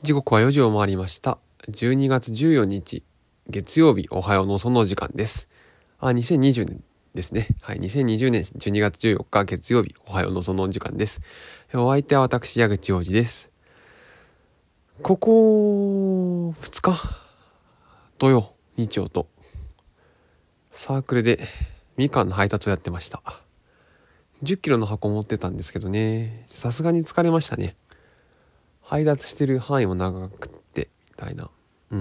時刻は4時を回りました。12月14日月曜日、おはようのその時間です。2020年ですね。はい、2020年12月14日月曜日、おはようのその時間です。お相手は私、矢口洋二です。ここ2日、土曜、日曜とサークルでみかんの配達をやってました。10キロの箱持ってたんですけどね、さすがに疲れましたね。配達してる範囲も長くってみたいな。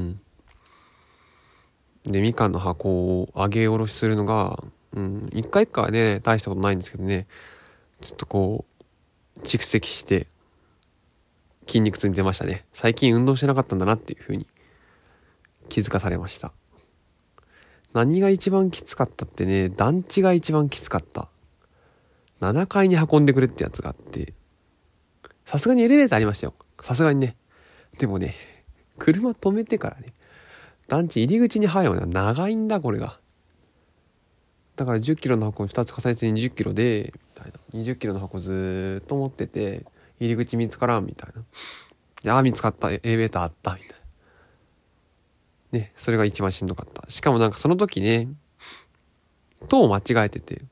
でみかんの箱を上げ下ろしするのが一回一回はね大したことないんですけどね、ちょっとこう蓄積して筋肉痛に出ましたね。最近運動してなかったんだなっていう風に気づかされました。何が一番きつかったってね、団地が一番きつかった。7階に運んでくれってやつがあって、さすがにエレベーターありましたよ。さすがにね。でもね、車止めてからね、団地入り口に入るのが長いんだ、これが。だから10キロの箱を2つ重ねて20キロで、みたいな。20キロの箱ずーっと持ってて、入り口見つからん、みたいな。見つかった、エレベーターあった、みたいな。ね、それが一番しんどかった。しかもなんかその時ね、塔を間違えてて、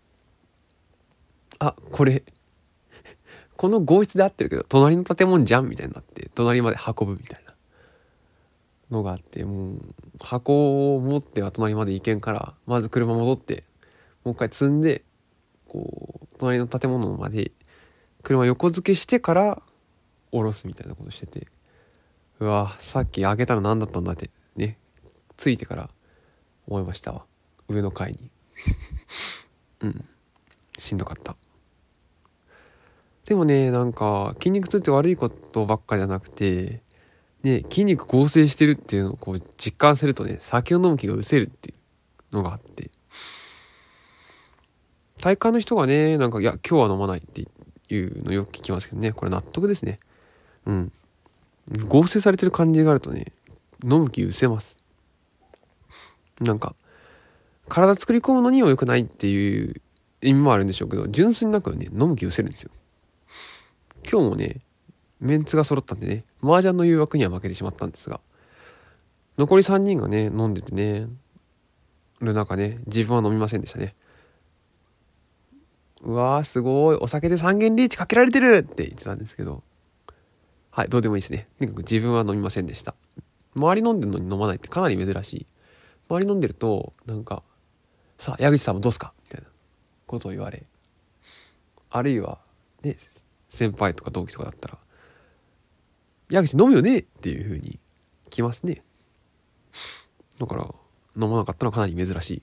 この号室で合ってるけど、隣の建物じゃんみたいになって、隣まで運ぶみたいなのがあって、もう、箱を持っては隣まで行けんから、まず車戻って、もう一回積んで、こう、隣の建物まで、車横付けしてから、下ろすみたいなことしてて、うわ、さっき開けたの何だったんだって、ね、ついてから思いましたわ。上の階に。しんどかった。でもね、なんか筋肉痛って悪いことばっかじゃなくてね、筋肉合成してるっていうのをこう実感するとね、酒を飲む気が失せるっていうのがあって、体幹の人がね、なんかいや今日は飲まないっていうのよく聞きますけどね、これ納得ですね。合成されてる感じがあるとね、飲む気失せます。なんか体作り込むのには良くないっていう意味もあるんでしょうけど、純粋になんかね、飲む気失せるんですよ。今日もね、メンツが揃ったんでね、麻雀の誘惑には負けてしまったんですが、残り3人がね、飲んでてね、る中ね、自分は飲みませんでしたね。うわーすごい、お酒で3元リーチかけられてるって言ってたんですけど、はい、どうでもいいですね。とにかく自分は飲みませんでした。周り飲んでるのに飲まないってかなり珍しい。周り飲んでると、なんか、さあ、矢口さんもどうすかみたいなことを言われ、あるいは、ね、先輩とか同期とかだったら、矢口飲むよねっていう風に来ますね。だから飲まなかったのはかなり珍しい。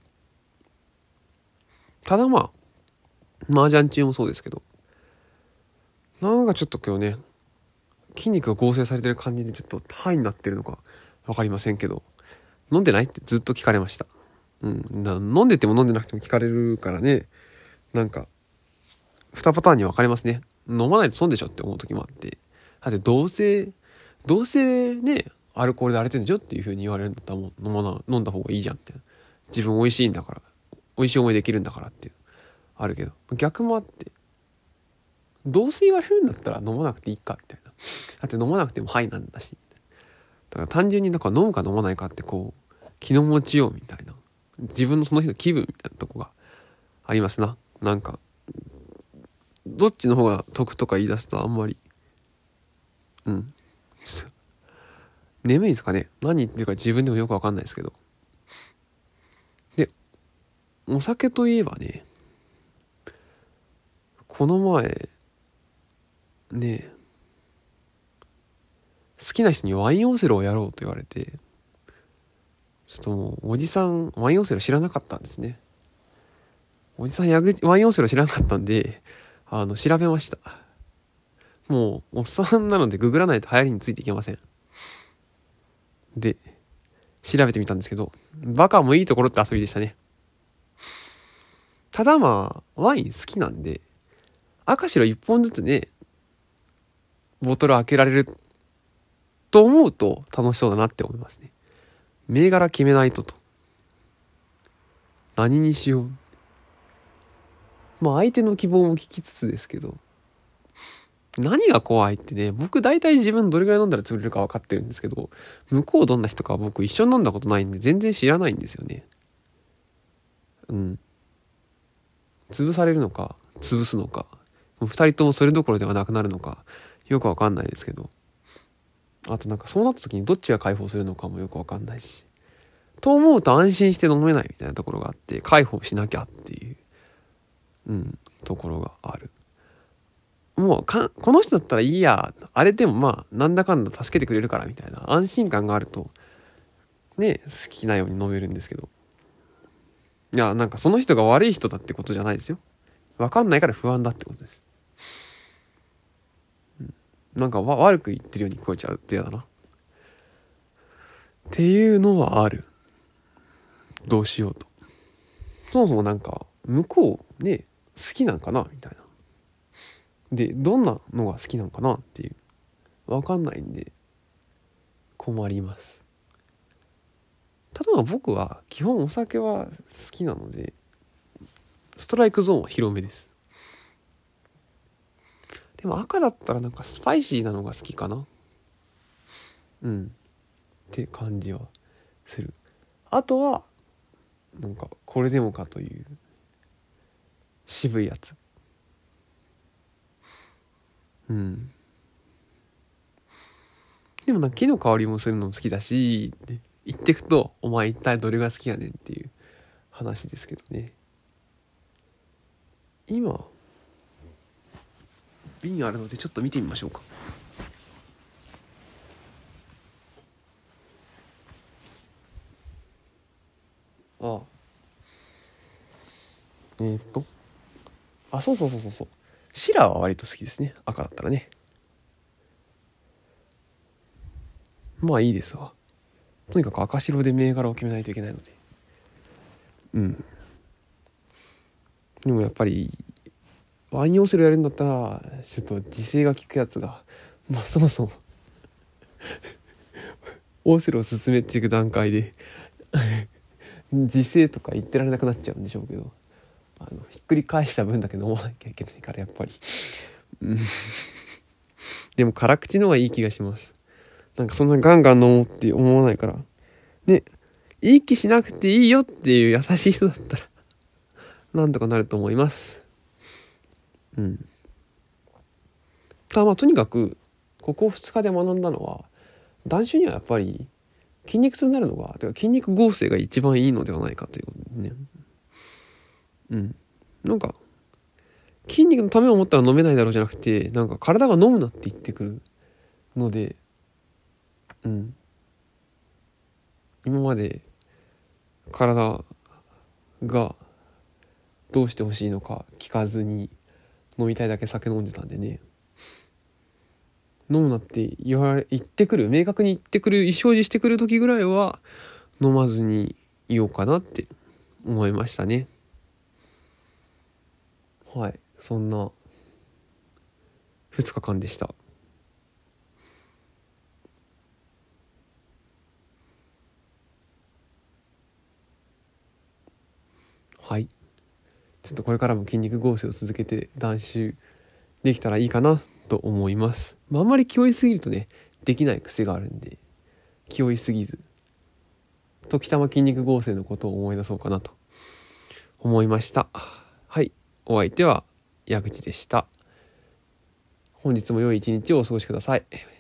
ただ麻雀中もそうですけど、なんかちょっと今日ね、筋肉が合成されてる感じでちょっとハイになってるのかわかりませんけど、飲んでないってずっと聞かれました。飲んでても飲んでなくても聞かれるからね、なんか2パターンに分かれますね。飲まないと損でしょって思う時もあって、だってどうせね、アルコールで荒れてるんでしょっていう風に言われるんだったらもう飲んだ方がいいじゃんって。自分美味しいんだから、美味しい思いできるんだからっていうあるけど、逆もあって、どうせ言われるんだったら飲まなくていいかみたいな。だって飲まなくてもハイなんだし。だから単純になんか飲むか飲まないかってこう気の持ちようみたいな、自分のその日の気分みたいなとこがありますな。なんかどっちの方が得とか言い出すとあんまり眠いですかね。何言ってるか自分でもよくわかんないですけど。で、お酒といえばね、この前ね、好きな人にワインオセロをやろうと言われて、ちょっともうおじさんワインオセロ知らなかったんですね。おじさんワインオセロ知らなかったんで、調べました。もうおっさんなのでググらないと流行りについていけません。で、調べてみたんですけど、バカもいいところって遊びでしたね。ただワイン好きなんで、赤白1本ずつね、ボトル開けられると思うと楽しそうだなって思いますね。銘柄決めないと。何にしよう。相手の希望も聞きつつですけど、 何が怖いってね、僕大体自分どれぐらい飲んだら潰れるか分かってるんですけど、向こうどんな人かは僕一緒に飲んだことないんで全然知らないんですよね。潰されるのか、潰すのか、二人ともそれどころではなくなるのか、よく分かんないですけど。あとなんかそうなった時にどっちが解放するのかもよく分かんないし。と思うと安心して飲めないみたいなところがあって、解放しなきゃっていう、ところがある。もうこの人だったらいいや、あれでもまあなんだかんだ助けてくれるからみたいな安心感があるとね、好きなように飲めるんですけど、いやなんかその人が悪い人だってことじゃないですよ。分かんないから不安だってことです。なんか悪く言ってるように聞こえちゃうって嫌だなっていうのはある。どうしようと。そもそもなんか向こうね好きなんかなみたいな。でどんなのが好きなんかなっていう分かんないんで困ります。ただ僕は基本お酒は好きなのでストライクゾーンは広めです。でも赤だったらなんかスパイシーなのが好きかなって感じはする。あとはなんかこれでもかという渋いやつ。でもなんか木の香りもするのも好きだしって言ってくと、お前一体どれが好きやねんっていう話ですけどね。今瓶あるのでちょっと見てみましょうか。あそうそうシラーは割と好きですね。赤だったらね。まあいいですわ。とにかく赤白で銘柄を決めないといけないので。でもやっぱりワインオセロやるんだったらちょっと時勢が効くやつが、まあそもそもオセロを進めていく段階で時勢とか言ってられなくなっちゃうんでしょうけど、ひっくり返した分だけ飲まなきゃいけないからやっぱりでも辛口の方がいい気がします。なんかそんなガンガン飲もうって思わないからね、いい気しなくていいよっていう優しい人だったらなんとかなると思います。ただまあとにかくここ2日で学んだのは、断酒にはやっぱり筋肉痛になるのが、てか筋肉合成が一番いいのではないかということでね。なんか筋肉のためを思ったら飲めないだろうじゃなくて、なんか体が飲むなって言ってくるので、今まで体がどうしてほしいのか聞かずに飲みたいだけ酒飲んでたんでね、飲むなって言ってくる、明確に言ってくる、意思表示してくる時ぐらいは飲まずにいようかなって思いましたね。はい、そんな2日間でした。はい、ちょっとこれからも筋肉合成を続けて断酒できたらいいかなと思います。あんまり気負いすぎるとね、できない癖があるんで、気負いすぎず時たま筋肉合成のことを思い出そうかなと思いました。はい、お相手は矢口でした。本日も良い一日をお過ごしください。